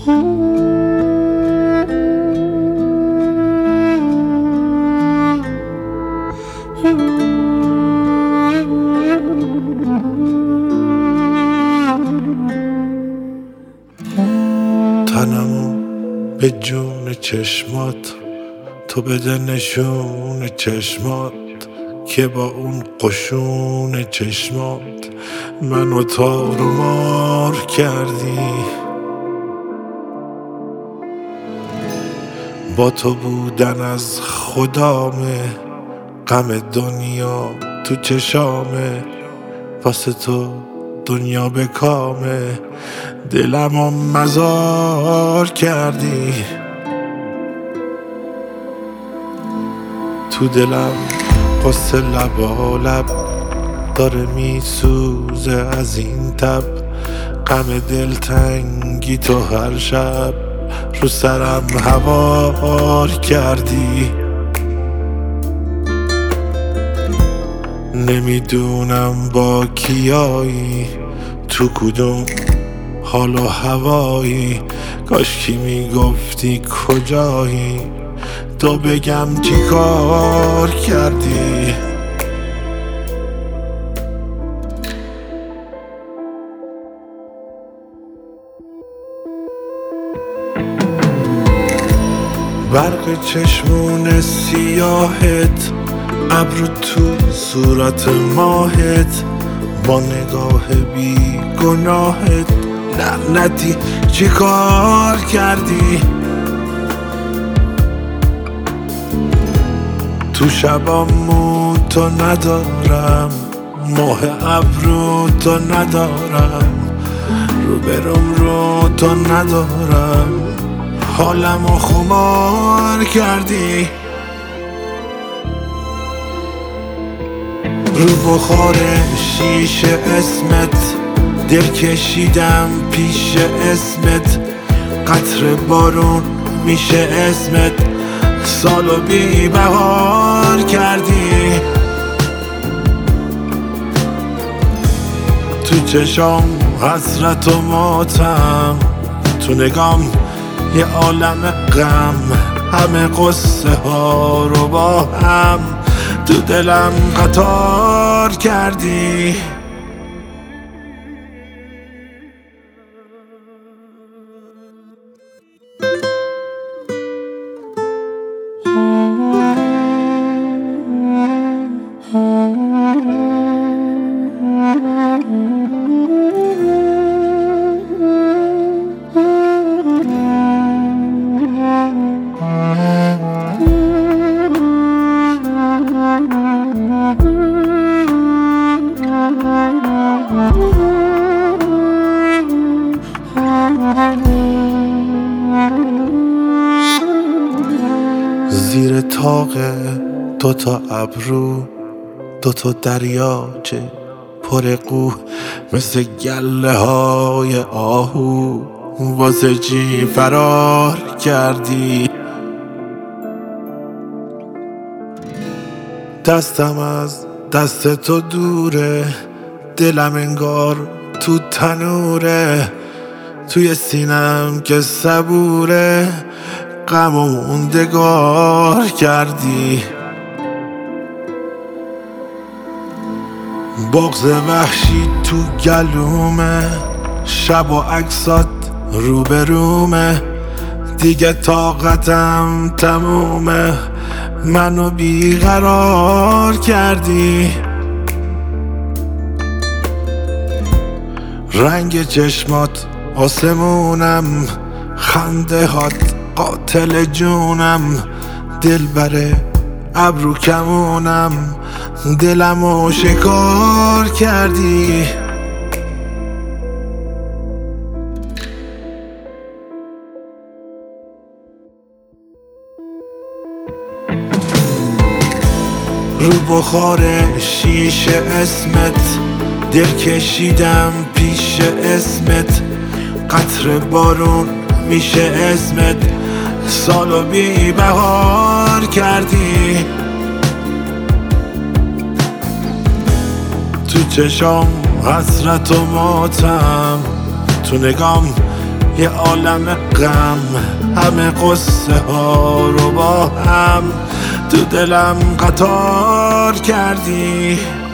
تنمو به جون چشمات تو بده نشون چشمات که با اون قشون چشمات منو تار و مار کردی. با تو بودن از خدامه، غم دنیا تو چشامه، واسه تو دنیا به کامه، دلمو مزار کردی. تو دلم قصه لبالب داره میسوزه از این تب، غم دلتنگی تو هر شب رو سرم هوار کردی. نمیدونم با کیایی، تو کدوم حال و هوایی، کاشکی میگفتی کجایی تو بگم چی کار کردی. برق چشمون سیاهت، ابرو تو صورت ماهت، با نگاه بی گناهت لعنتی چی کار کردی. تو شبامو تو ندارم، ماه ابرو تو ندارم، رو برم رو تو ندارم، حالمو خمار کردی. رو بخار شیشه اسمت دل کشیدم پیش اسمت، قطر بارون میشه اسمت، سالو بی بهار کردی. تو چشام حسرت و ماتم، تو نگام یه عالم غم، همه قصه ها رو با هم تو دلم قطار کردی. زیر طاق دوتا ابرو دوتا دریاچه پر قو، مثل گله های آهو واسه چی فرار کردی. دستم از دست تو دوره، دلم انگار تو تنوره، توی سینم که صبوره، غم و موندگار کردی. بغض وحشی تو گلومه، شب و عکسات روبرومه، دیگه طاقتم تمومه، منو بیقرار کردی. رنگ چشمات آسمونم، خنده هات قاتل جونم، دلبر ابرو کمونم، دلمو شکار کردی. رو بخار شیشه اسمت دل کشیدم پیش اسمت، قطر بارون میشه اسمت، سالو بی بهار کردی. تو چشام حسرت و ماتم، تو نگام یه عالم غم، همه قصه ها رو با هم تو دلم قطار کردی.